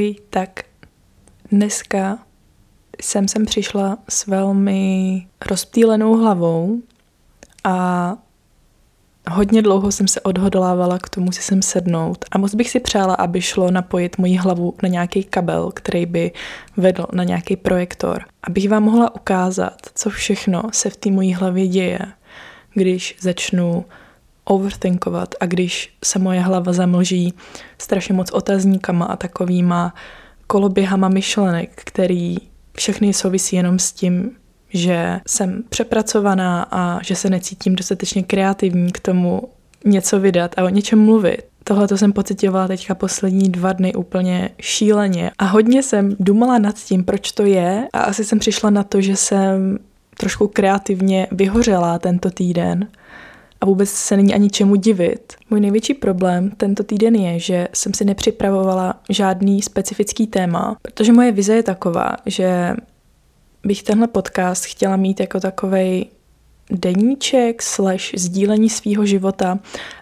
Ahoj, tak dneska jsem sem přišla s velmi rozptýlenou hlavou a hodně dlouho jsem se odhodlávala k tomu si sem sednout a moc bych si přála, aby šlo napojit moji hlavu na nějaký kabel, který by vedl na nějaký projektor. Abych vám mohla ukázat, co všechno se v té mojí hlavě děje, když začnu overthinkovat a když se moje hlava zamlží strašně moc otazníkama a takovýma koloběhama myšlenek, který všechny souvisí jenom s tím, že jsem přepracovaná a že se necítím dostatečně kreativní k tomu něco vydat a o něčem mluvit. Tohle to jsem pocitovala teďka poslední 2 dny úplně šíleně a hodně jsem dumala nad tím, proč to je a asi jsem přišla na to, že jsem trošku kreativně vyhořela tento týden a vůbec se není ani čemu divit. Můj největší problém tento týden je, že jsem si nepřipravovala žádný specifický téma, protože moje vize je taková, že bych tenhle podcast chtěla mít jako takovej deníček / sdílení svýho života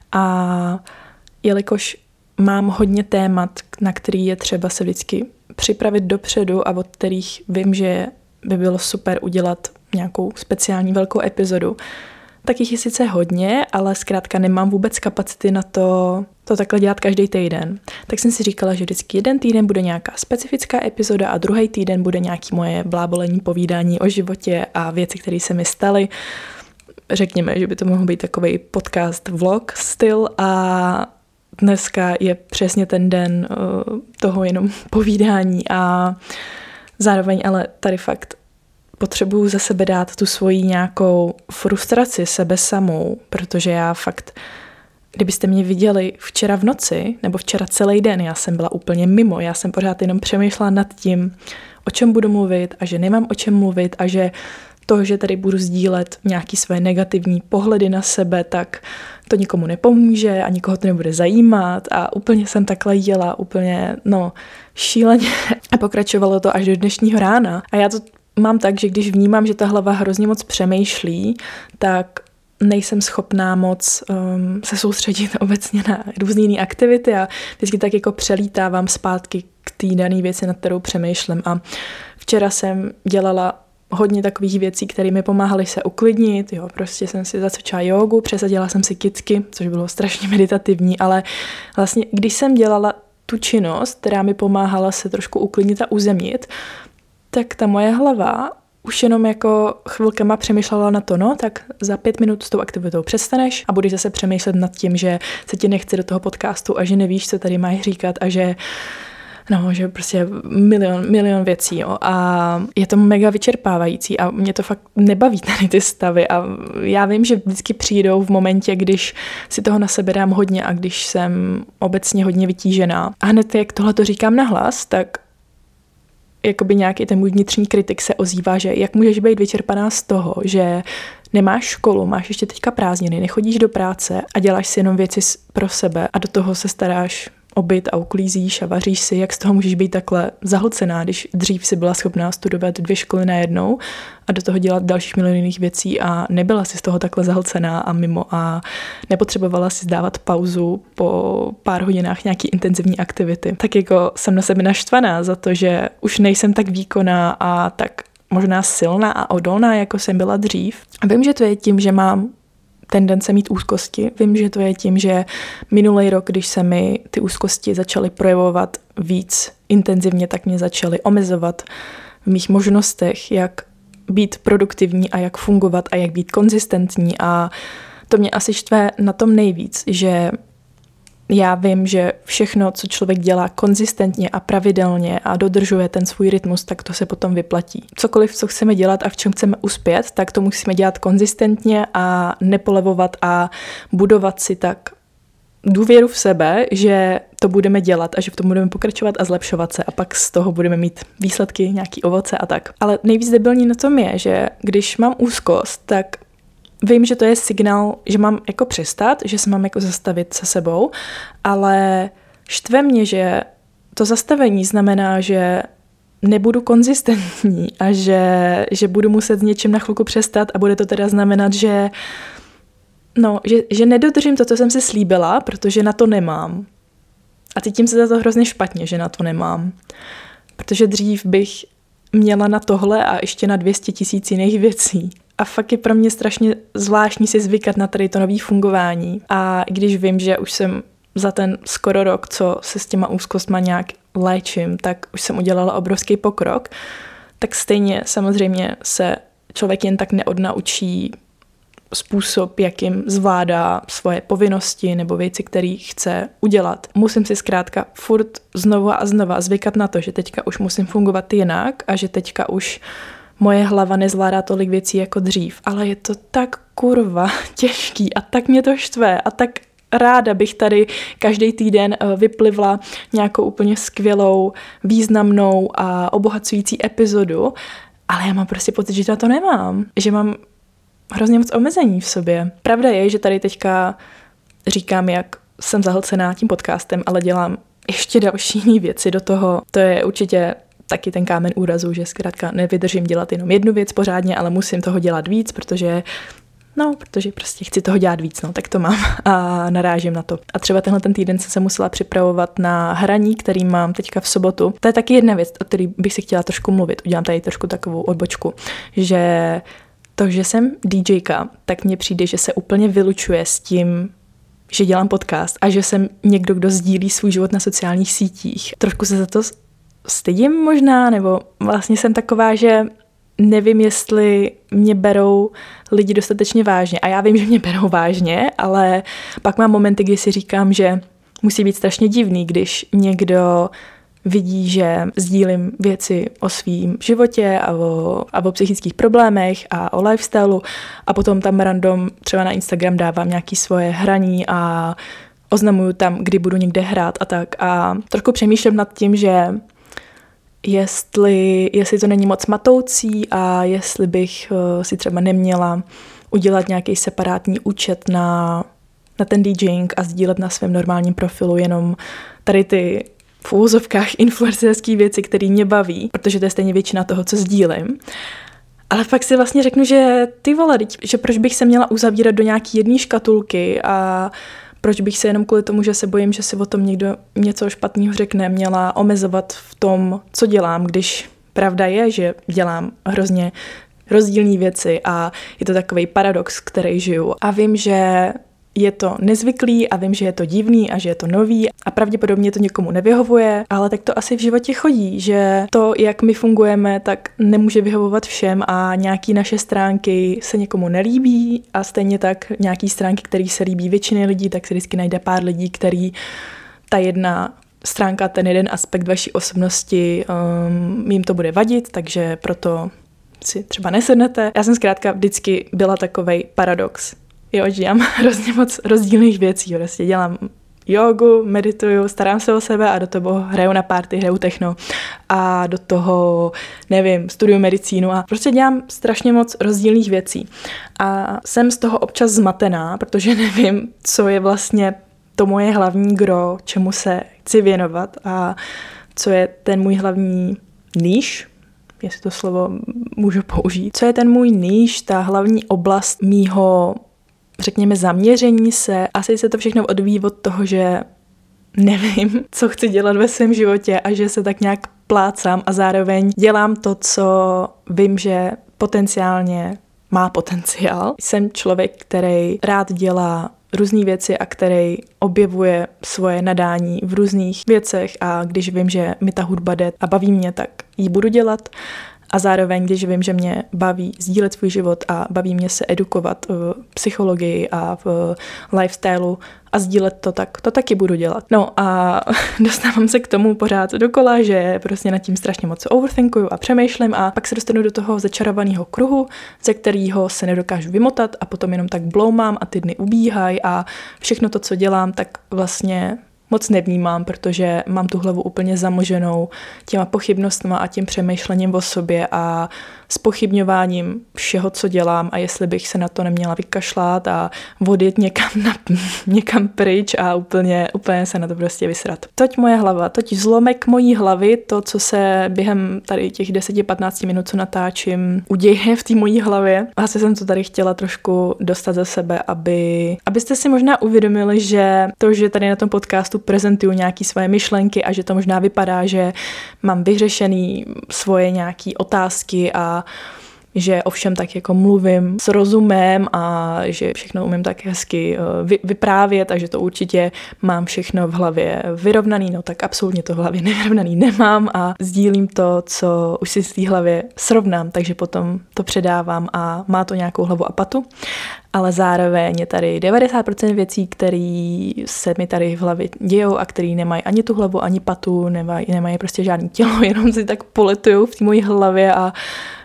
a jelikož mám hodně témat, na který je třeba se vždycky připravit dopředu a od kterých vím, že by bylo super udělat nějakou speciální velkou epizodu, tak jich je sice hodně, ale zkrátka nemám vůbec kapacity na to takhle dělat každý týden. Tak jsem si říkala, že vždycky jeden týden bude nějaká specifická epizoda a druhý týden bude nějaký moje blábolení povídání o životě a věci, které se mi staly. Řekněme, že by to mohl být takový podcast vlog styl a dneska je přesně ten den toho jenom povídání a zároveň ale tady fakt potřebuju za sebe dát tu svoji nějakou frustraci sebe samou, protože já fakt, kdybyste mě viděli včera v noci, nebo včera celý den, já jsem byla úplně mimo, já jsem pořád jenom přemýšlela nad tím, o čem budu mluvit a že nemám o čem mluvit a že to, že tady budu sdílet nějaký své negativní pohledy na sebe, tak to nikomu nepomůže a nikoho to nebude zajímat a úplně jsem takhle jela, úplně, šíleně a pokračovalo to až do dnešního rána a já to mám tak, že když vnímám, že ta hlava hrozně moc přemýšlí, tak nejsem schopná moc se soustředit obecně na různé jiné aktivity a vždycky tak jako přelítávám zpátky k té dané věci, nad kterou přemýšlím. A včera jsem dělala hodně takových věcí, které mi pomáhaly se uklidnit. Prostě jsem si zacvičila jógu, přesadila jsem si kytky, což bylo strašně meditativní, ale vlastně když jsem dělala tu činnost, která mi pomáhala se trošku uklidnit a uzemnit, tak ta moje hlava už jenom jako chvilkama přemýšlela na to, tak za 5 minut s tou aktivitou přestaneš a budeš zase přemýšlet nad tím, že se ti nechce do toho podcastu a že nevíš, co tady máš říkat a že prostě milion věcí. A je to mega vyčerpávající a mě to fakt nebaví tady ty stavy a já vím, že vždycky přijdou v momentě, když si toho na sebe dám hodně a když jsem obecně hodně vytížená. A hned jak tohle to říkám nahlas, tak jakoby nějaký ten můj vnitřní kritik se ozývá, že jak můžeš být vyčerpaná z toho, že nemáš školu, máš ještě teďka prázdniny, nechodíš do práce a děláš si jenom věci pro sebe a do toho se staráš o byt a uklízíš a vaříš si, jak z toho můžeš být takhle zahlcená, když dřív si byla schopná studovat 2 školy najednou a do toho dělat dalších milion jiných věcí a nebyla si z toho takhle zahlcená a mimo a nepotřebovala si dávat pauzu po pár hodinách nějaký intenzivní aktivity. Tak jako jsem na sebe naštvaná za to, že už nejsem tak výkonná a tak možná silná a odolná, jako jsem byla dřív. A vím, že to je tím, že mám tendence mít úzkosti. Vím, že to je tím, že minulý rok, když se mi ty úzkosti začaly projevovat víc intenzivně, tak mě začaly omezovat v mých možnostech, jak být produktivní a jak fungovat a jak být konzistentní a to mě asi štve na tom nejvíc, že já vím, že všechno, co člověk dělá konzistentně a pravidelně a dodržuje ten svůj rytmus, tak to se potom vyplatí. Cokoliv, co chceme dělat a v čem chceme uspět, tak to musíme dělat konzistentně a nepolevovat a budovat si tak důvěru v sebe, že to budeme dělat a že v tom budeme pokračovat a zlepšovat se a pak z toho budeme mít výsledky, nějaký ovoce a tak. Ale nejvíc debilní na tom je, že když mám úzkost, tak vím, že to je signál, že mám jako přestat, že se mám jako zastavit se sebou, ale štve mě, že to zastavení znamená, že nebudu konzistentní a že budu muset s něčím na chvilku přestat a bude to teda znamenat, že nedodržím to, co jsem si slíbila, protože na to nemám. A cítím se za to hrozně špatně, že na to nemám. Protože dřív bych měla na tohle a ještě na 200 000 jiných věcí. A fakt je pro mě strašně zvláštní si zvykat na tady to nový fungování. A když vím, že už jsem za ten skoro rok, co se s těma úzkostma nějak léčím, tak už jsem udělala obrovský pokrok, tak stejně samozřejmě se člověk jen tak neodnaučí způsob, jakým zvládá svoje povinnosti nebo věci, které chce udělat. Musím si zkrátka furt znova a znova zvykat na to, že teďka už musím fungovat jinak a že teďka už moje hlava nezvládá tolik věcí jako dřív. Ale je to tak kurva těžký a tak mě to štve a tak ráda bych tady každý týden vyplivla nějakou úplně skvělou, významnou a obohacující epizodu, ale já mám prostě pocit, že na to nemám. Že mám hrozně moc omezení v sobě. Pravda je, že tady teďka říkám, jak jsem zahlcená tím podcastem, ale dělám ještě další jiné věci do toho. To je určitě taky ten kámen úrazu, že zkrátka nevydržím dělat jenom jednu věc pořádně, ale musím toho dělat víc, protože prostě chci toho dělat víc, tak to mám a narážím na to. A třeba tenhle ten týden jsem se musela připravovat na hraní, který mám teďka v sobotu. To je taky jedna věc, o který bych si chtěla trošku mluvit. Udělám tady trošku takovou odbočku, že to, že jsem DJka, tak mně přijde, že se úplně vylučuje s tím, že dělám podcast a že jsem někdo, kdo sdílí svůj život na sociálních sítích. Trošku se za to stydím možná, nebo vlastně jsem taková, že nevím, jestli mě berou lidi dostatečně vážně. A já vím, že mě berou vážně, ale pak mám momenty, kdy si říkám, že musí být strašně divný, když někdo vidí, že sdílím věci o svém životě a o psychických problémech a o lifestylu a potom tam random třeba na Instagram dávám nějaké svoje hraní a oznamuju tam, kdy budu někde hrát a tak. A trošku přemýšlím nad tím, že jestli to není moc matoucí a jestli bych si třeba neměla udělat nějaký separátní účet na ten DJing a sdílet na svém normálním profilu jenom tady ty v úvozovkách influencerské věci, které mě baví, protože to je stejně většina toho, co sdílím. Ale pak si vlastně řeknu, že ty vole, že proč bych se měla uzavírat do nějaký jedné škatulky a proč bych se jenom kvůli tomu, že se bojím, že si o tom někdo něco špatného řekne, měla omezovat v tom, co dělám, když pravda je, že dělám hrozně rozdílné věci a je to takový paradox, který žiju. A vím, že je to nezvyklý a vím, že je to divný a že je to nový a pravděpodobně to někomu nevyhovuje, ale tak to asi v životě chodí, že to, jak my fungujeme, tak nemůže vyhovovat všem a nějaký naše stránky se někomu nelíbí a stejně tak nějaký stránky, které se líbí většině lidí, tak se vždycky najde pár lidí, který ta jedna stránka, ten jeden aspekt vaší osobnosti jim to bude vadit, takže proto si třeba nesednete. Já jsem zkrátka vždycky byla takovej paradox. Jo, že dělám hrozně moc rozdílných věcí. Prostě dělám jogu, medituju, starám se o sebe a do toho hraju na party, hraju techno a do toho, nevím, studuju medicínu a prostě dělám strašně moc rozdílných věcí. A jsem z toho občas zmatená, protože nevím, co je vlastně to moje hlavní gro, čemu se chci věnovat a co je ten můj hlavní níž, jestli to slovo můžu použít. Co je ten můj níž, ta hlavní oblast mýho, řekněme, zaměření se. Asi se to všechno odvíjí od toho, že nevím, co chci dělat ve svém životě a že se tak nějak plácám a zároveň dělám to, co vím, že potenciálně má potenciál. Jsem člověk, který rád dělá různé věci a který objevuje svoje nadání v různých věcech a když vím, že mi ta hudba jde a baví mě, tak ji budu dělat. A zároveň, když vím, že mě baví sdílet svůj život a baví mě se edukovat v psychologii a v lifestylu a sdílet to, tak to taky budu dělat. No a dostávám se k tomu pořád dokola, že prostě nad tím strašně moc overthinkuju a přemýšlím a pak se dostanu do toho začarovaného kruhu, ze kterého se nedokážu vymotat a potom jenom tak bloumám a ty dny ubíhají a všechno to, co dělám, tak vlastně moc nevnímám, protože mám tu hlavu úplně zamlženou těma pochybnostma a tím přemýšlením o sobě a zpochybňováním všeho, co dělám a jestli bych se na to neměla vykašlat a odjet někam pryč a úplně se na to prostě vysrat. Toť moje hlava, toť zlomek mojí hlavy, to, co se během tady těch 10-15 minut, co natáčím, uděje v té mojí hlavě. Asi jsem to tady chtěla trošku dostat za sebe, abyste si možná uvědomili, že to, že tady na tom podcastu prezentuju nějaké svoje myšlenky a že to možná vypadá, že mám vyřešený svoje nějaké otázky a že ovšem tak jako mluvím s rozumem a že všechno umím tak hezky vyprávět a že to určitě mám všechno v hlavě vyrovnaný, no tak absolutně to v hlavě nevyrovnaný nemám a sdílím to, co už si v té hlavě srovnám, takže potom to předávám a má to nějakou hlavu a patu. Ale zároveň je tady 90% věcí, které se mi tady v hlavě dějou a které nemají ani tu hlavu, ani patu, nemají prostě žádný tělo, jenom si tak poletujou v té mojí hlavě a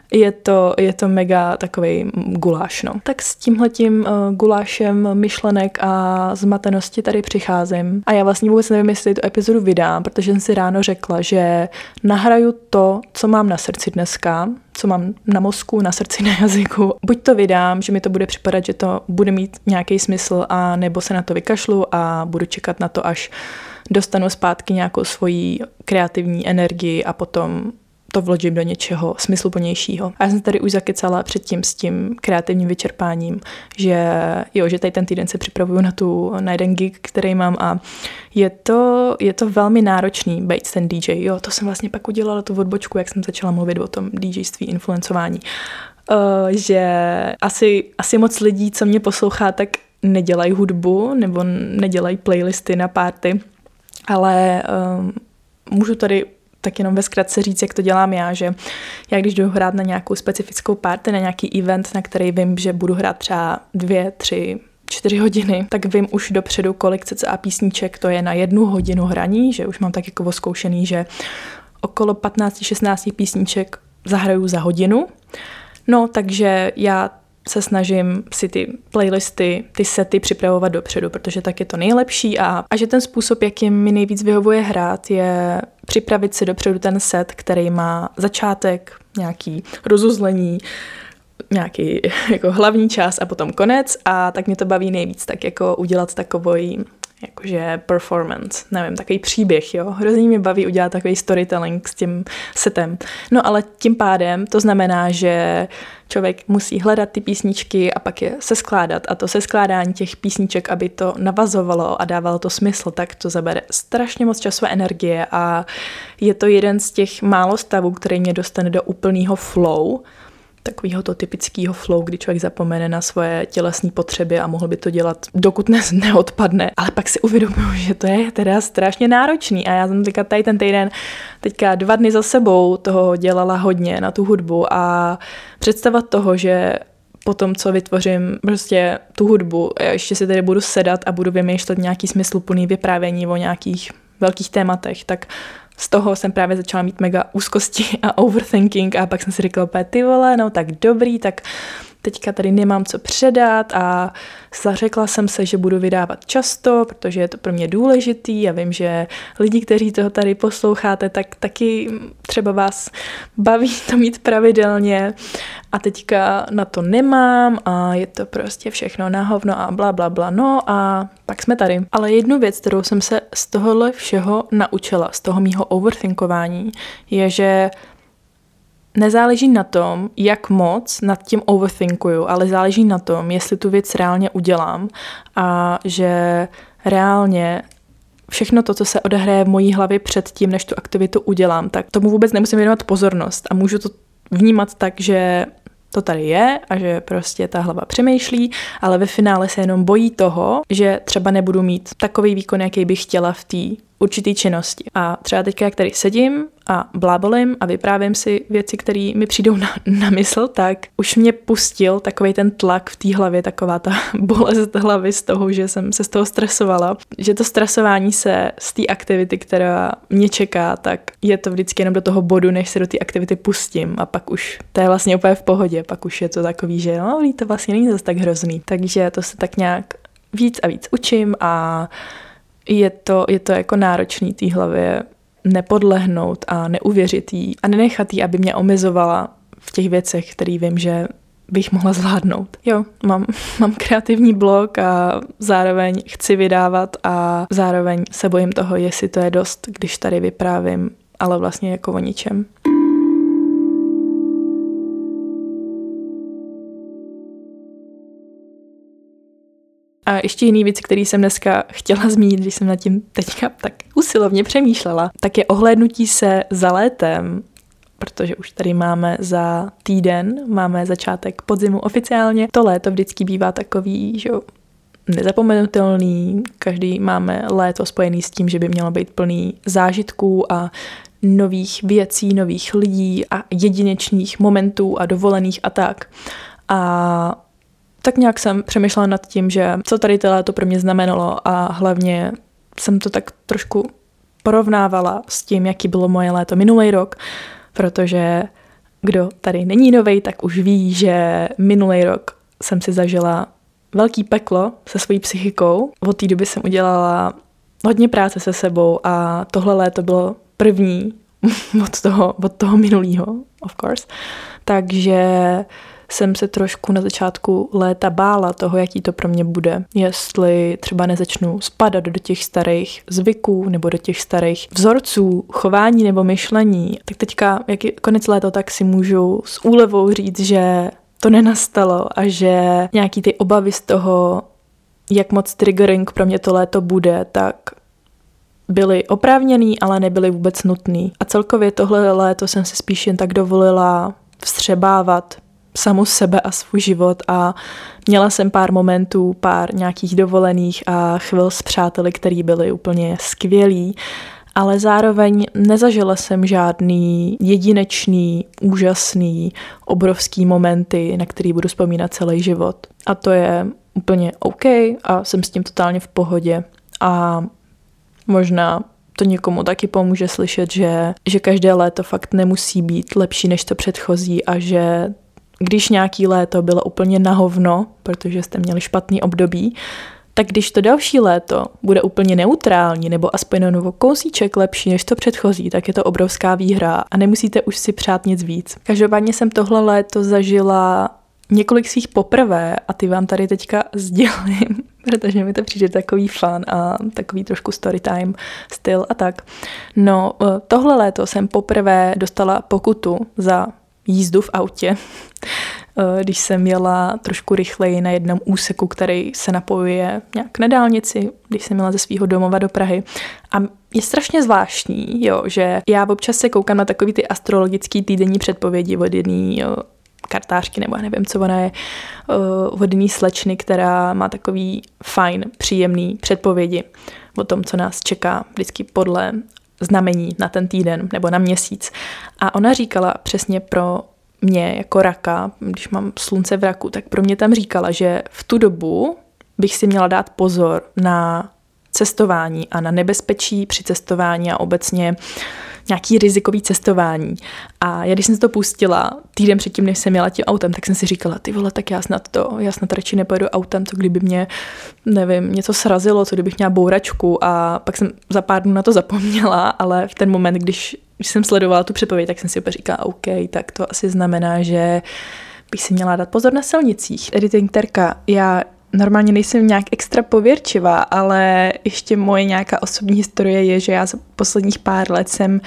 je to mega takovej guláš, no. Tak s tímhletím gulášem myšlenek a zmatenosti tady přicházím. A já vlastně vůbec nevím, jestli tu epizodu vydám, protože jsem si ráno řekla, že nahraju to, co mám na srdci dneska, co mám na mozku, na srdci, na jazyku. Buď to vydám, že mi to bude připadat, že to bude mít nějaký smysl, a nebo se na to vykašlu a budu čekat na to, až dostanu zpátky nějakou svoji kreativní energii a potom to vložím do něčeho smysluplnějšího. A já jsem tady už zakecala předtím s tím kreativním vyčerpáním, že tady ten týden se připravuju na jeden gig, který mám a je to velmi náročný být ten DJ. Jo, to jsem vlastně pak udělala tu odbočku, jak jsem začala mluvit o tom DJství, influencování. Že asi moc lidí, co mě poslouchá, tak nedělají hudbu nebo nedělají playlisty na party, ale můžu tady tak jenom ve zkratce říct, jak to dělám já, že já když jdu hrát na nějakou specifickou party, na nějaký event, na který vím, že budu hrát třeba 2, 3, 4 hodiny, tak vím už dopředu, kolik cca písniček to je na 1 hodinu hraní, že už mám tak jako oskoušený, že okolo 15-16 písniček zahraju za hodinu. No, takže já se snažím si ty playlisty, ty sety připravovat dopředu, protože tak je to nejlepší a že ten způsob, jakým mi nejvíc vyhovuje hrát, je připravit si dopředu ten set, který má začátek, nějaký rozuzlení, nějaký jako hlavní část a potom konec a tak mě to baví nejvíc, tak jako udělat takový jakože performance, nevím, takový příběh, jo. Hrozně mě baví udělat takový storytelling s tím setem. No ale tím pádem to znamená, že člověk musí hledat ty písničky a pak je seskládat a to seskládání těch písniček, aby to navazovalo a dávalo to smysl, tak to zabere strašně moc času a energie a je to jeden z těch málo stavů, který mě dostane do úplného flow, takového to typického flow, kdy člověk zapomene na svoje tělesné potřeby a mohl by to dělat, dokud neodpadne. Ale pak si uvědomuji, že to je teda strašně náročný a já jsem tady ten týden teďka 2 dny za sebou toho dělala hodně na tu hudbu a představa toho, že potom, co vytvořím prostě tu hudbu, já ještě si tady budu sedat a budu vymýšlet nějaký smysluplný vyprávění o nějakých velkých tématech, tak z toho jsem právě začala mít mega úzkosti a overthinking a pak jsem si říkala, ty vole, no tak dobrý, tak teďka tady nemám co předat a zařekla jsem se, že budu vydávat často, protože je to pro mě důležitý a vím, že lidi, kteří toho tady posloucháte, tak taky třeba vás baví to mít pravidelně a teďka na to nemám a je to prostě všechno na hovno a bla, bla, bla, no a pak jsme tady. Ale jednu věc, kterou jsem se z tohohle všeho naučila, z toho mýho overthinkování, je, že nezáleží na tom, jak moc nad tím overthinkuju, ale záleží na tom, jestli tu věc reálně udělám a že reálně všechno to, co se odehraje v mojí hlavě před tím, než tu aktivitu udělám, tak tomu vůbec nemusím věnovat pozornost a můžu to vnímat tak, že to tady je a že prostě ta hlava přemýšlí, ale ve finále se jenom bojí toho, že třeba nebudu mít takový výkon, jaký bych chtěla v té určitý činnosti. A třeba teďka, jak tady sedím a blábolím a vyprávím si věci, které mi přijdou na mysl, tak už mě pustil takovej ten tlak v té hlavě, taková ta bolest hlavy z toho, že jsem se z toho stresovala. Že to stresování se z té aktivity, která mě čeká, tak je to vždycky jenom do toho bodu, než se do té aktivity pustím a pak už to je vlastně úplně v pohodě, pak už je to takový, že no, to vlastně není zase tak hrozný. Takže to se tak nějak víc a víc učím a je to jako náročný té hlavě nepodlehnout a neuvěřit jí a nenechat jí, aby mě omezovala v těch věcech, které vím, že bych mohla zvládnout. Jo, mám kreativní blog a zároveň chci vydávat a zároveň se bojím toho, jestli to je dost, když tady vyprávím, ale vlastně jako o ničem. A ještě jiný věc, který jsem dneska chtěla zmínit, když jsem nad tím teďka tak usilovně přemýšlela, tak je ohlédnutí se za létem, protože už tady máme za týden, máme začátek podzimu oficiálně. To léto vždycky bývá takový, že nezapomenutelný, každý máme léto spojený s tím, že by mělo být plný zážitků a nových věcí, nových lidí a jedinečných momentů a dovolených a tak. A tak nějak jsem přemýšlela nad tím, že co tady to léto pro mě znamenalo a hlavně jsem to tak trošku porovnávala s tím, jaký bylo moje léto minulý rok, protože kdo tady není novej, tak už ví, že minulý rok jsem si zažila velký peklo se svojí psychikou. Od té doby jsem udělala hodně práce se sebou a tohle léto bylo první od toho minulého, of course. Takže jsem se trošku na začátku léta bála toho, jaký to pro mě bude. Jestli třeba nezačnu spadat do těch starých zvyků nebo do těch starých vzorců chování nebo myšlení. Tak teďka, jak je konec léta, tak si můžu s úlevou říct, že to nenastalo a že nějaký ty obavy z toho, jak moc triggering pro mě to léto bude, tak byly oprávněný, ale nebyly vůbec nutný. A celkově tohle léto jsem si spíš jen tak dovolila vstřebávat samu sebe a svůj život a měla jsem pár momentů, pár nějakých dovolených a chvil s přáteli, který byly úplně skvělý, ale zároveň nezažila jsem žádný jedinečný, úžasný, obrovský momenty, na který budu vzpomínat celý život. A to je úplně OK a jsem s tím totálně v pohodě. A možná to někomu taky pomůže slyšet, že každé léto fakt nemusí být lepší než to předchozí a že když nějaký léto bylo úplně na hovno, protože jste měli špatný období, tak když to další léto bude úplně neutrální nebo aspoň o kousíček lepší než to předchozí, tak je to obrovská výhra a nemusíte už si přát nic víc. Každopádně jsem tohle léto zažila několik svých poprvé a ty vám tady teďka sdělím, protože mi to přijde takový fun a takový trošku storytime styl a tak. No, tohle léto jsem poprvé dostala pokutu za jízdu v autě, když jsem jela trošku rychleji na jednom úseku, který se napojuje nějak na dálnici, když jsem jela ze svého domova do Prahy. A je strašně zvláštní, že já občas se koukám na takový ty astrologický týdenní předpovědi od jedný kartářky, nebo já nevím, co ona je, od jedný slečny, která má takový fajn, příjemný předpovědi o tom, co nás čeká vždycky podle znamení na ten týden nebo na měsíc. A ona říkala přesně pro mě jako raka, když mám slunce v raku, tak pro mě tam říkala, že v tu dobu bych si měla dát pozor na cestování a na nebezpečí při cestování a obecně nějaký rizikový cestování. A já když jsem si to pustila týden předtím, než jsem jela tím autem, tak jsem si říkala, ty vole, tak já snad radši nepojedu autem, co kdyby mě, nevím, něco srazilo, co kdybych měla bouračku a pak jsem za pár dnů na to zapomněla, ale v ten moment, když jsem sledovala tu předpověď, tak jsem si opět říkala, OK, tak to asi znamená, že bych si měla dát pozor na silnicích. Editing Terka, já normálně nejsem nějak extra pověrčivá, ale ještě moje nějaká osobní historie je, že já za posledních pár let jsem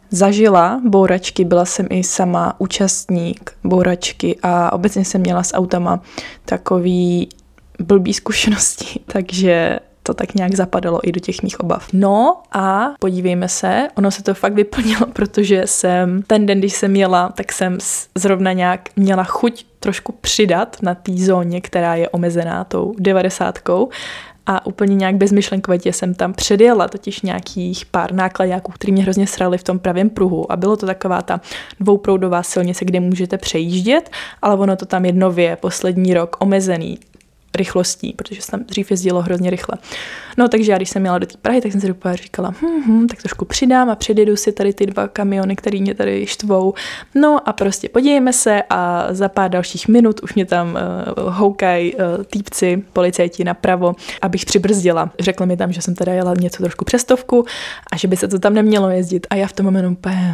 zažila bouračky, byla jsem i sama účastník bouračky a obecně jsem měla s autama takový blbý zkušenosti, takže to tak nějak zapadalo i do těch mých obav. No a podívejme se, ono se to fakt vyplnilo, protože jsem ten den, když jsem jela, tak jsem zrovna nějak měla chuť trošku přidat na té zóně, která je omezená tou 90. A úplně nějak bezmyšlenkovitě jsem tam předjela totiž nějakých pár nákladáků, který mě hrozně srali v tom pravém pruhu. A bylo to taková ta dvouproudová silnice, kde můžete přejíždět, ale ono to tam je nově poslední rok omezený rychlostí, protože se tam dřív jezdilo hrozně rychle. No takže já, když jsem jela do té Prahy, tak jsem si dopadla říkala, tak trošku přidám a předjedu si tady ty 2 kamiony, který mě tady štvou. No a prostě podívejme se a za pár dalších minut už mě tam houkají týpci, policajti napravo, abych přibrzdila. Řekli mi tam, že jsem teda jela něco trošku přes 100 a že by se to tam nemělo jezdit. A já v tom momentu úplně,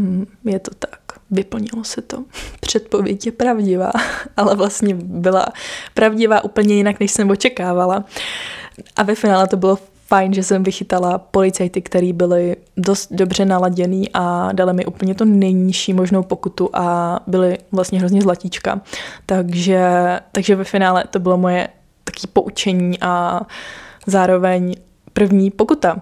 je to tak. Vyplnilo se to. Předpověď je pravdivá, ale vlastně byla pravdivá úplně jinak, než jsem očekávala. A ve finále to bylo fajn, že jsem vychytala policajty, který byli dost dobře naladěný a dali mi úplně to nejnižší možnou pokutu a byli vlastně hrozně zlatíčka. Takže ve finále to bylo moje taky takový poučení a zároveň první pokuta.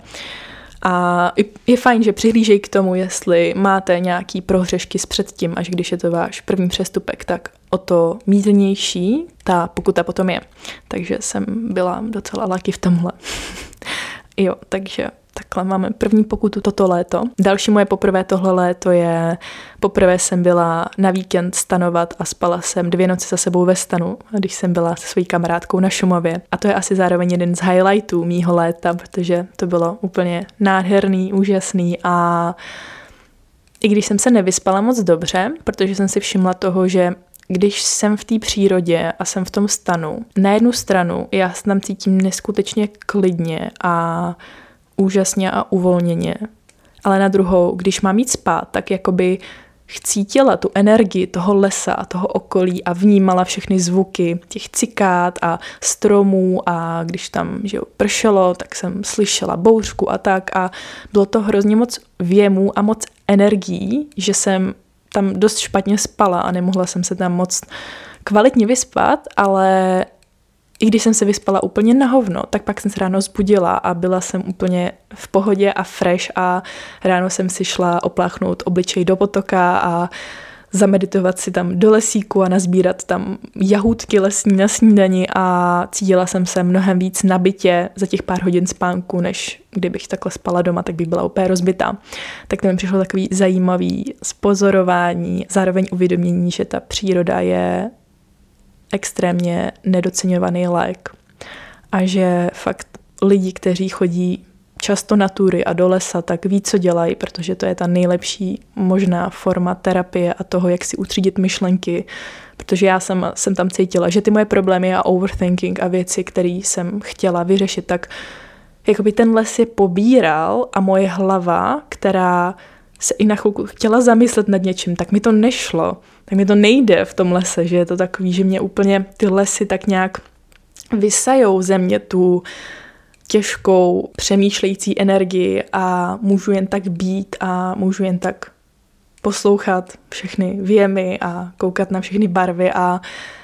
A je fajn, že přihlížej k tomu, jestli máte nějaký prohřešky s předtím, až když je to váš první přestupek, tak o to mírnější ta pokuta potom je. Takže jsem byla docela lucky v tomhle. Jo, takže takhle máme první pokutu toto léto. Další moje poprvé tohle léto je, poprvé jsem byla na víkend stanovat a spala jsem 2 noci za sebou ve stanu, když jsem byla se svojí kamarádkou na Šumavě. A to je asi zároveň jeden z highlightů mýho léta, protože to bylo úplně nádherný, úžasný a i když jsem se nevyspala moc dobře, protože jsem si všimla toho, že když jsem v té přírodě a jsem v tom stanu, na jednu stranu já se tam cítím neskutečně klidně a úžasně a uvolněně, ale na druhou, když mám jít spát, tak jakoby cítila tu energii toho lesa a toho okolí a vnímala všechny zvuky těch cikád a stromů a když tam pršelo, tak jsem slyšela bouřku a tak a bylo to hrozně moc věmů a moc energií, že jsem tam dost špatně spala a nemohla jsem se tam moc kvalitně vyspat, ale i když jsem se vyspala úplně na hovno, tak pak jsem se ráno zbudila a byla jsem úplně v pohodě a fresh a ráno jsem si šla opláchnout obličej do potoka a zameditovat si tam do lesíku a nazbírat tam jahůdky lesní na snídani a cítila jsem se mnohem víc nabitě za těch pár hodin spánku, než kdybych takhle spala doma, tak bych byla úplně rozbitá. Tak to mi přišlo takový zajímavý zpozorování, zároveň uvědomění, že ta příroda je extrémně nedoceňovaný lék a že fakt lidi, kteří chodí často na túry a do lesa, tak ví, co dělají, protože to je ta nejlepší možná forma terapie a toho, jak si utřídit myšlenky, protože já jsem tam cítila, že ty moje problémy a overthinking a věci, které jsem chtěla vyřešit, tak jakoby ten les je pobíral a moje hlava, která se i na chvilku chtěla zamyslet nad něčím, tak mi to nešlo, tak mi to nejde v tom lese, že je to takový, že mě úplně ty lesy tak nějak vysajou ze mě tu těžkou přemýšlející energii a můžu jen tak být a můžu jen tak poslouchat všechny věmy a koukat na všechny barvy a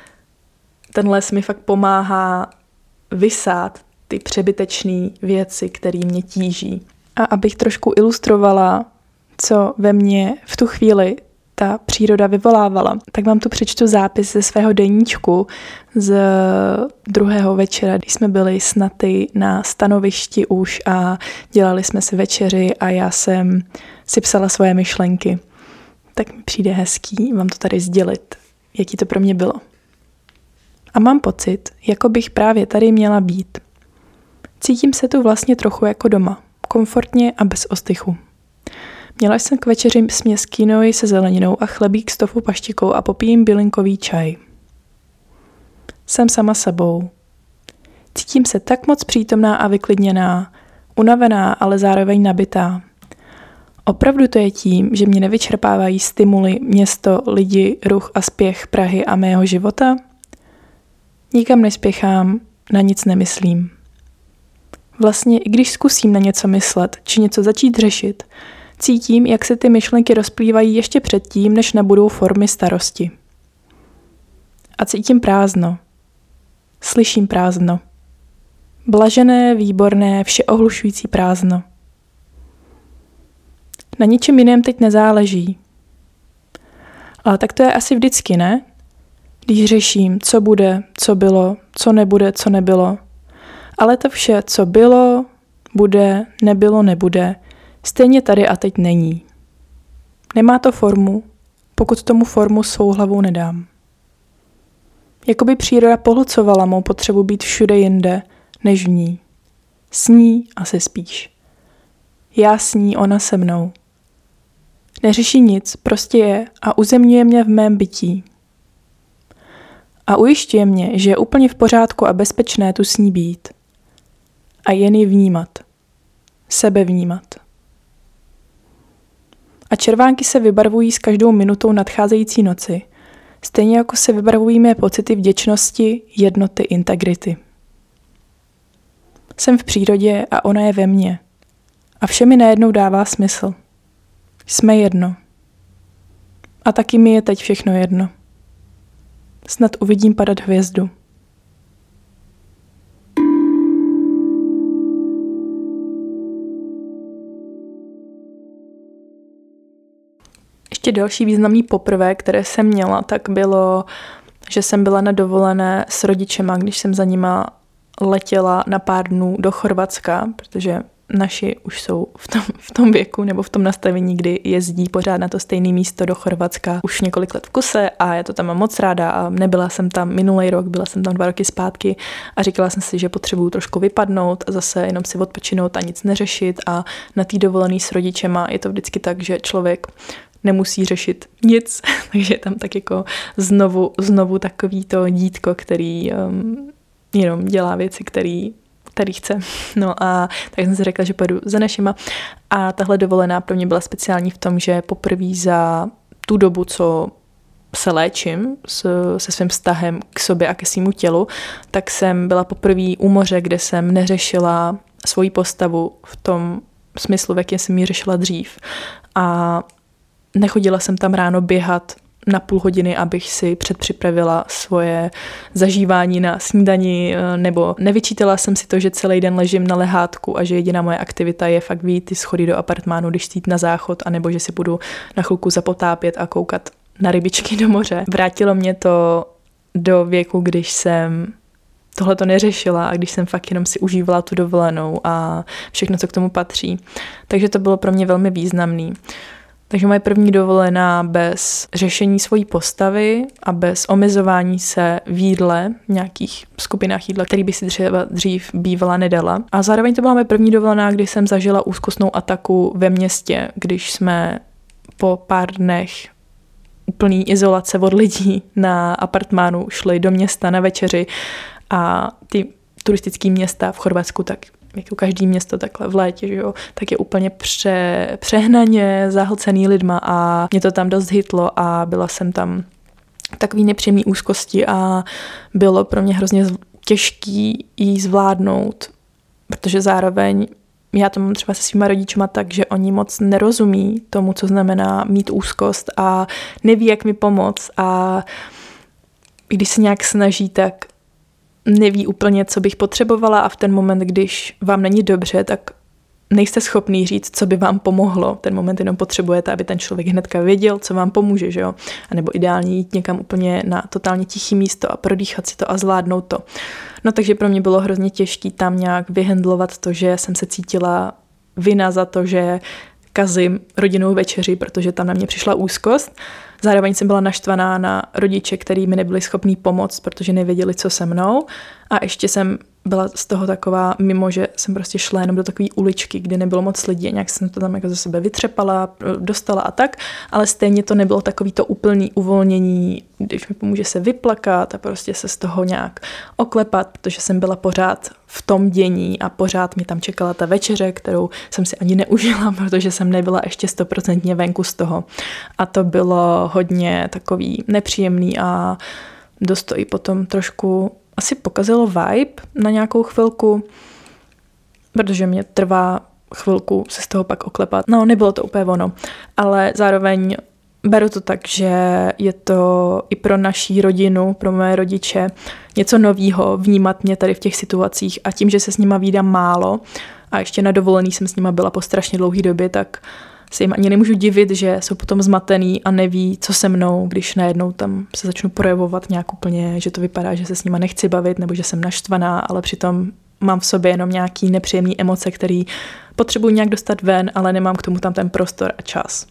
ten les mi fakt pomáhá vysát ty přebytečné věci, které mě tíží. A abych trošku ilustrovala, co ve mně v tu chvíli ta příroda vyvolávala, tak vám tu přečtu zápis ze svého deníčku z druhého večera, když jsme byli s Naty na stanovišti už a dělali jsme si večeři a já jsem si psala svoje myšlenky. Tak mi přijde hezký vám to tady sdělit, jaký to pro mě bylo. A mám pocit, jako bych právě tady měla být. Cítím se tu vlastně trochu jako doma, komfortně a bez ostychu. Měla jsem k večeři směs quinoy se zeleninou a chlebík s tofu paštikou a popijím bylinkový čaj. Jsem sama sebou. Cítím se tak moc přítomná a vyklidněná, unavená, ale zároveň nabitá. Opravdu to je tím, že mě nevyčerpávají stimuly, město, lidi, ruch a spěch Prahy a mého života? Nikam nespěchám, na nic nemyslím. Vlastně i když zkusím na něco myslet, či něco začít řešit, cítím, jak se ty myšlenky rozplývají ještě předtím, než nabudou formy starosti. A cítím prázdno. Slyším prázdno. Blažené, výborné, všeohlušující prázdno. Na ničem jiném teď nezáleží. Ale tak to je asi vždycky, ne? Když řeším, co bude, co bylo, co nebude, co nebylo. Ale to vše, co bylo, bude, nebylo, nebude, stejně tady a teď není. Nemá to formu, pokud tomu formu svou hlavou nedám. Jakoby příroda pohlcovala mou potřebu být všude jinde, než v ní. S ní a se spíš. Já s ní, ona se mnou. Neřeší nic, prostě je a uzemňuje mě v mém bytí. A ujišťuje mě, že je úplně v pořádku a bezpečné tu s ní být. A jen ji vnímat. Sebe vnímat. A červánky se vybarvují s každou minutou nadcházející noci, stejně jako se vybarvují mé pocity vděčnosti, jednoty, integrity. Jsem v přírodě a ona je ve mně. A vše mi najednou dává smysl. Jsme jedno. A taky mi je teď všechno jedno. Snad uvidím padat hvězdu. Ještě další významný poprvé, které jsem měla, tak bylo, že jsem byla na dovolené s rodičema, když jsem za nima letěla na pár dnů do Chorvatska, protože naši už jsou v tom věku nebo v tom nastavení, kdy jezdí pořád na to stejné místo do Chorvatska už několik let v kuse a já to tam mám moc ráda a nebyla jsem tam minulý rok, byla jsem tam 2 roky zpátky a říkala jsem si, že potřebuju trošku vypadnout a zase jenom si odpočinout a nic neřešit a na té dovolený s rodičema je to vždycky tak, že člověk nemusí řešit nic, takže je tam tak jako znovu takový to dítko, který jenom dělá věci, který chce. No a tak jsem si řekla, že pojedu za našima a tahle dovolená pro mě byla speciální v tom, že poprvé za tu dobu, co se léčím se svým vztahem k sobě a ke svému tělu, tak jsem byla poprvé u moře, kde jsem neřešila svoji postavu v tom smyslu, v jakém jsem ji řešila dřív. A nechodila jsem tam ráno běhat na půl hodiny, abych si předpřipravila svoje zažívání na snídani, nebo nevyčítala jsem si to, že celý den ležím na lehátku a že jediná moje aktivita je fakt vyjít ty schody do apartmánu, když jít na záchod, anebo že si budu na chvilku zapotápět a koukat na rybičky do moře. Vrátilo mě to do věku, když jsem tohle to neřešila a když jsem fakt jenom si užívala tu dovolenou a všechno, co k tomu patří. Takže to bylo pro mě velmi významný. Takže moje první dovolená bez řešení svojí postavy a bez omezování se v jídle, v nějakých skupinách jídla, který by si třeba dřív bývala nedala. A zároveň to byla moje první dovolená, kdy jsem zažila úzkostnou ataku ve městě, když jsme po pár dnech úplný izolace od lidí na apartmánu šli do města na večeři a ty turistické města v Chorvatsku tak jako každý město takhle v létě, že jo, tak je úplně přehnaně zahlcený lidma a mě to tam dost hitlo a byla jsem tam takový nepříjemný úzkosti a bylo pro mě hrozně těžký jí zvládnout, protože zároveň já to mám třeba se svýma rodičima tak, že oni moc nerozumí tomu, co znamená mít úzkost a neví, jak mi pomoct a když se nějak snaží, tak neví úplně, co bych potřebovala a v ten moment, když vám není dobře, tak nejste schopný říct, co by vám pomohlo. Ten moment jenom potřebujete, aby ten člověk hnedka věděl, co vám pomůže, že jo? A nebo ideálně jít někam úplně na totálně tichý místo a prodýchat si to a zvládnout to. No takže pro mě bylo hrozně těžké tam nějak vyhendlovat to, že jsem se cítila vina za to, že kazím rodinnou večeři, protože tam na mě přišla úzkost. Zároveň jsem byla naštvaná na rodiče, kteří mi nebyli schopní pomoct, protože nevěděli, co se mnou. A ještě jsem byla z toho taková mimo, že jsem prostě šla jenom do takové uličky, kde nebylo moc lidí a nějak jsem to tam jako ze sebe vytřepala, dostala a tak, ale stejně to nebylo takový to úplný uvolnění, když mi pomůže se vyplakat a prostě se z toho nějak oklepat, protože jsem byla pořád v tom dění a pořád mi tam čekala ta večeře, kterou jsem si ani neužila, protože jsem nebyla ještě 100% venku z toho. A to bylo hodně takový nepříjemný a dost to i potom trošku asi pokazilo vibe na nějakou chvilku, protože mě trvá chvilku se z toho pak oklepat. No, nebylo to úplně ono, ale zároveň beru to tak, že je to i pro naší rodinu, pro moje rodiče něco novýho vnímat mě tady v těch situacích a tím, že se s nima vídám málo a ještě na dovolený jsem s nima byla po strašně dlouhé době, tak se jim ani nemůžu divit, že jsou potom zmatený a neví, co se mnou, když najednou tam se začnu projevovat nějak úplně, že to vypadá, že se s nima nechci bavit nebo že jsem naštvaná, ale přitom mám v sobě jenom nějaký nepříjemný emoce, který potřebuji nějak dostat ven, ale nemám k tomu tam ten prostor a čas.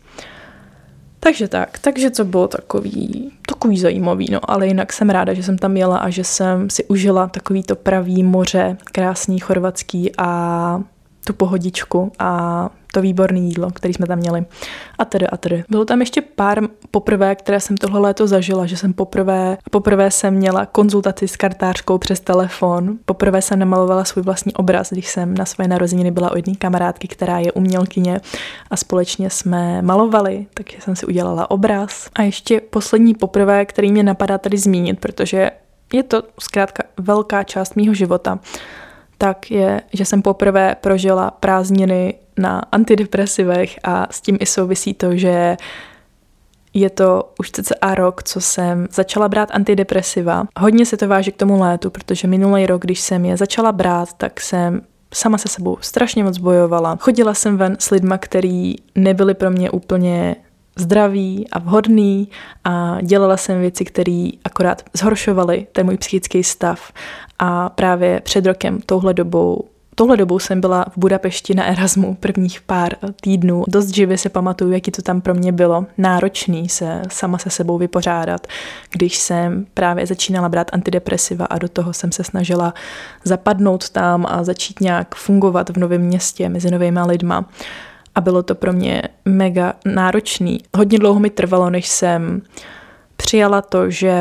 Takže to bylo takový zajímavý, no, ale jinak jsem ráda, že jsem tam jela a že jsem si užila takový to pravý moře, krásný chorvatský a tu pohodičku a to výborné jídlo, které jsme tam měli. A tedy. Bylo tam ještě pár poprvé, které jsem tohle léto zažila, že jsem poprvé jsem měla konzultaci s kartářkou přes telefon. Poprvé jsem namalovala svůj vlastní obraz, když jsem na své narozeniny byla u jedné kamarádky, která je umělkyně a společně jsme malovali, takže jsem si udělala obraz. A ještě poslední poprvé, který mě napadá tady zmínit, protože je to zkrátka velká část mýho života, tak je, že jsem poprvé prožila prázdniny na antidepresivech a s tím i souvisí to, že je to už cca rok, co jsem začala brát antidepresiva. Hodně se to váží k tomu létu, protože minulý rok, když jsem je začala brát, tak jsem sama se sebou strašně moc bojovala. Chodila jsem ven s lidma, kteří nebyli pro mě úplně zdravý a vhodný a dělala jsem věci, které akorát zhoršovaly ten můj psychický stav. A právě před rokem touhle dobou jsem byla v Budapešti na Erasmu prvních pár týdnů. Dost živě se pamatuju, jaký to tam pro mě bylo náročný se sama se sebou vypořádat, když jsem právě začínala brát antidepresiva a do toho jsem se snažila zapadnout tam a začít nějak fungovat v novém městě mezi novýma lidma. A bylo to pro mě mega náročný. Hodně dlouho mi trvalo, než jsem přijala to, že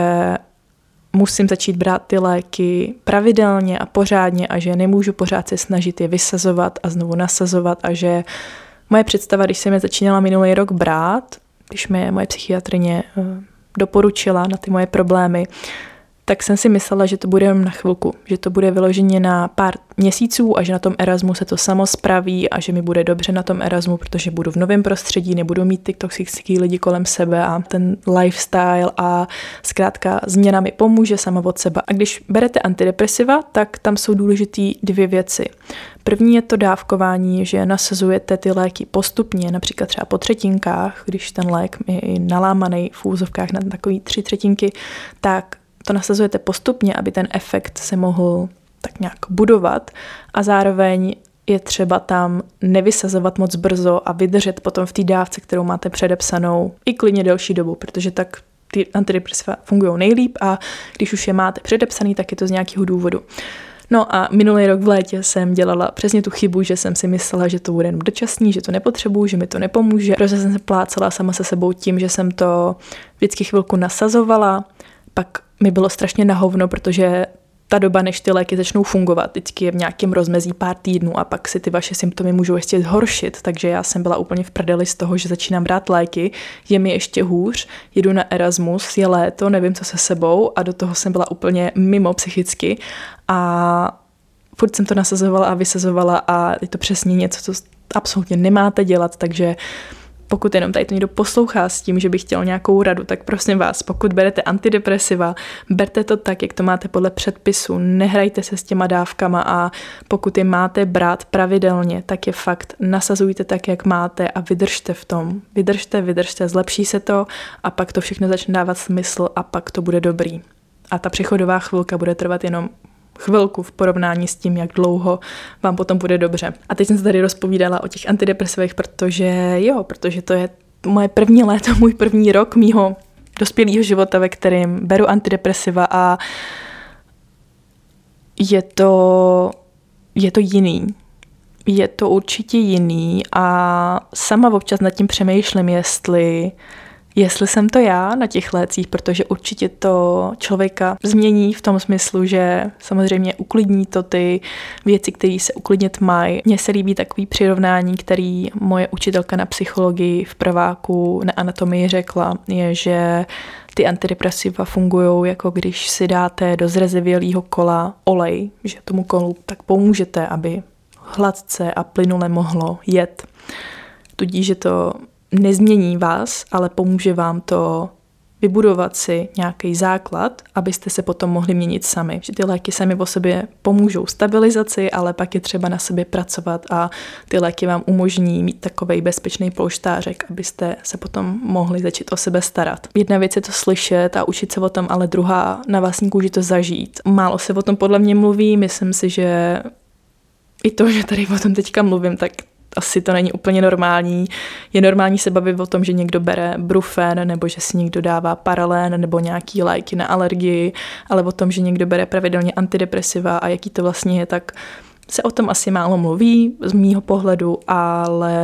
musím začít brát ty léky pravidelně a pořádně a že nemůžu pořád se snažit je vysazovat a znovu nasazovat a že moje představa, když jsem je začínala minulý rok brát, když mi moje psychiatrině doporučila na ty moje problémy, tak jsem si myslela, že to bude jenom na chvilku, že to bude vyloženě na pár měsíců a že na tom Erasmu se to samo spraví a že mi bude dobře na tom Erasmu, protože budu v novém prostředí, nebudu mít ty toxický lidi kolem sebe a ten lifestyle a zkrátka změna mi pomůže sama od sebe. A když berete antidepresiva, tak tam jsou důležitý dvě věci. První je to dávkování, že nasazujete ty léky postupně, například třeba po třetinkách, když ten lék je nalámaný v úzovkách na takový 3/3, tak to nasazujete postupně, aby ten efekt se mohl tak nějak budovat a zároveň je třeba tam nevysazovat moc brzo a vydržet potom v té dávce, kterou máte předepsanou i klidně delší dobu, protože tak ty antidepresiva fungují nejlíp a když už je máte předepsaný, tak je to z nějakého důvodu. No a minulý rok v létě jsem dělala přesně tu chybu, že jsem si myslela, že to bude jenom dočasný, že to nepotřebuju, že mi to nepomůže. Protože jsem se plácala sama se sebou tím, že jsem to vždycky chvilku nasazovala, pak mi bylo strašně na hovno, protože ta doba, než ty léky začnou fungovat, vždycky je v nějakém rozmezí pár týdnů a pak si ty vaše symptomy můžou ještě zhoršit, takže já jsem byla úplně v prdeli z toho, že začínám brát léky, je mi ještě hůř, jedu na Erasmus, je léto, nevím co se sebou a do toho jsem byla úplně mimo psychicky a furt jsem to nasazovala a vysazovala a je to přesně něco, co absolutně nemáte dělat, takže pokud jenom tady to někdo poslouchá s tím, že by chtěl nějakou radu, tak prosím vás, pokud berete antidepresiva, berte to tak, jak to máte podle předpisu, nehrajte se s těma dávkama a pokud je máte brát pravidelně, tak je fakt nasazujte tak, jak máte a vydržte v tom. Vydržte, zlepší se to a pak to všechno začne dávat smysl a pak to bude dobrý. A ta přechodová chvilka bude trvat jenom chvilku v porovnání s tím, jak dlouho vám potom bude dobře. A teď jsem se tady rozpovídala o těch antidepresivech, protože to je moje první léto, můj první rok mýho dospělého života, ve kterém beru antidepresiva a je to jiný. Je to určitě jiný a sama občas nad tím přemýšlím, jestli jsem to já na těch lécích, protože určitě to člověka změní v tom smyslu, že samozřejmě uklidní to ty věci, které se uklidnit mají. Mně se líbí takový přirovnání, který moje učitelka na psychologii v prváku na anatomii řekla, je, že ty antidepresiva fungují jako když si dáte do zrezivělého kola olej, že tomu kolu tak pomůžete, aby hladce a plynule mohlo jet. Tudíž, že to nezmění vás, ale pomůže vám to vybudovat si nějaký základ, abyste se potom mohli měnit sami. Že ty léky sami o sobě pomůžou stabilizaci, ale pak je třeba na sobě pracovat a ty léky vám umožní mít takovej bezpečný polštářek, abyste se potom mohli začít o sebe starat. Jedna věc je to slyšet a učit se o tom, ale druhá na vlastní kůži to zažít. Málo se o tom podle mě mluví, myslím si, že i to, že tady o tom teďka mluvím, tak asi to není úplně normální. Je normální se bavit o tom, že někdo bere Brufen nebo že si někdo dává Paralen nebo nějaký léky na alergii, ale o tom, že někdo bere pravidelně antidepresiva a jaký to vlastně je, tak se o tom asi málo mluví z mýho pohledu, ale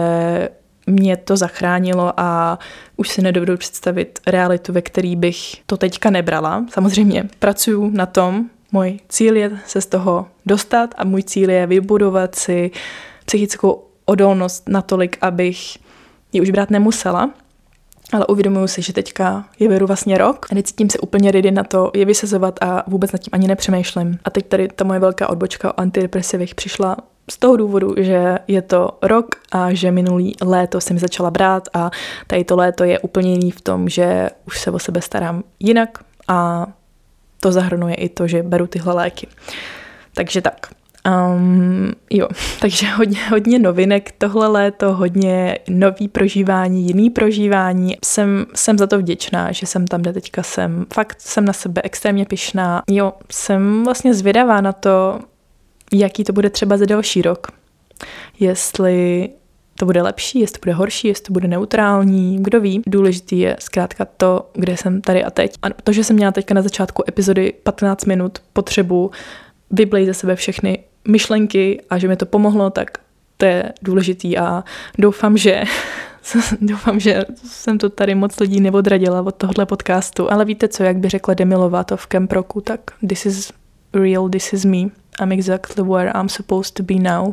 mě to zachránilo a už si nedovedu představit realitu, ve který bych to teďka nebrala. Samozřejmě pracuju na tom, můj cíl je se z toho dostat a můj cíl je vybudovat si psychickou odolnost natolik, abych ji už brát nemusela, ale uvědomuji si, že teďka je beru vlastně rok a necítím se úplně ready na to je vysazovat a vůbec nad tím ani nepřemýšlím. A teď tady ta moje velká odbočka o antidepresivech přišla z toho důvodu, že je to rok a že minulý léto jsem začala brát a tady to léto je úplně jiný v tom, že už se o sebe starám jinak a to zahrnuje i to, že beru tyhle léky. Takže tak. Jo, takže hodně novinek tohle léto, hodně nový prožívání, jiný prožívání. Jsem za to vděčná, že jsem tam, kde teďka jsem. Fakt jsem na sebe extrémně pyšná. Jo, jsem vlastně zvědavá na to, jaký to bude třeba za další rok. Jestli to bude lepší, jestli to bude horší, jestli to bude neutrální, kdo ví. Důležitý je zkrátka to, kde jsem tady a teď. A to, že jsem měla teďka na začátku epizody 15 minut potřebu vyblejt ze sebe všechny myšlenky a že mi to pomohlo, tak to je důležitý a doufám, že jsem to tady moc lidí neodradila od tohohle podcastu, ale víte co, jak by řekla Demi Lovato v Camp Rocku, tak this is real, this is me, I'm exactly where I'm supposed to be now.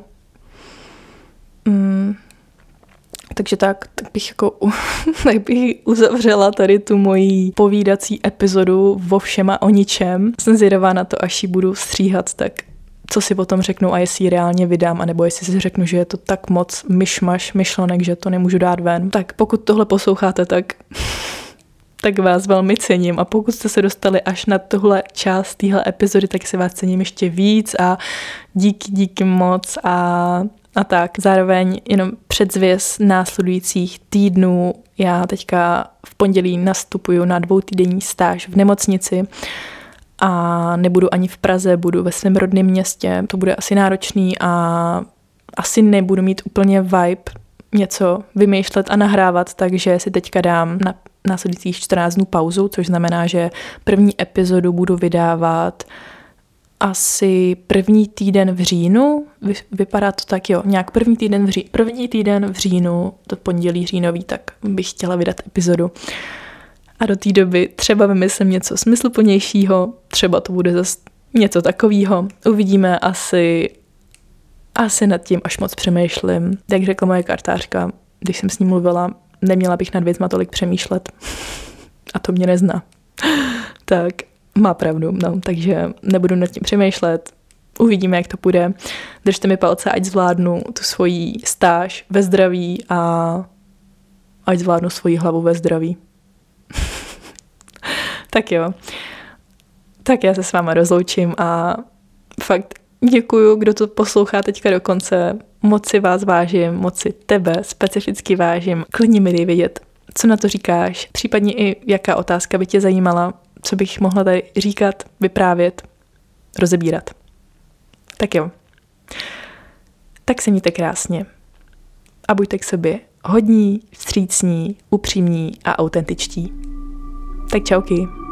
Takže tak bych uzavřela tady tu moji povídací epizodu o všem a o ničem. Jsem zvědavá na to, až ji budu stříhat, tak co si o tom řeknu a jestli ji reálně vydám, anebo jestli si řeknu, že je to tak moc myšlenek, že to nemůžu dát ven. Tak pokud tohle posloucháte, tak vás velmi cením a pokud jste se dostali až na tuhle část téhle epizody, tak si vás cením ještě víc a díky moc a tak. Zároveň jenom předzvěst následujících týdnů. Já teďka v pondělí nastupuju na 2týdenní stáž v nemocnici a nebudu ani v Praze, budu ve svém rodném městě. To bude asi náročný a asi nebudu mít úplně vibe něco vymýšlet a nahrávat, takže si teďka dám na následujících 14 dnů pauzu, což znamená, že první epizodu budu vydávat asi první týden v říjnu, vypadá to tak, jo, nějak první týden v říjnu, to pondělí říjnový, tak bych chtěla vydat epizodu. A do té doby třeba vymyslím něco smysluplnějšího, třeba to bude zase něco takového. Uvidíme, asi nad tím až moc přemýšlím. Jak řekla moje kartářka, když jsem s ní mluvila, neměla bych nad věcma tolik přemýšlet. A to mě nezná. Tak má pravdu, no, takže nebudu nad tím přemýšlet. Uvidíme, jak to půjde. Držte mi palce, ať zvládnu tu svoji stáž ve zdraví a ať zvládnu svoji hlavu ve zdraví. Tak jo. Tak já se s váma rozloučím a fakt děkuju, kdo to poslouchá teďka do konce. Moc si vás vážím, moc si tebe specificky vážím. Klidně mi dej vědět, co na to říkáš, případně i jaká otázka by tě zajímala, co bych mohla tady říkat, vyprávět, rozebírat. Tak jo. Tak se mějte krásně. A buďte k sobě hodní, vstřícní, upřímní a autentičtí. Tak čauky.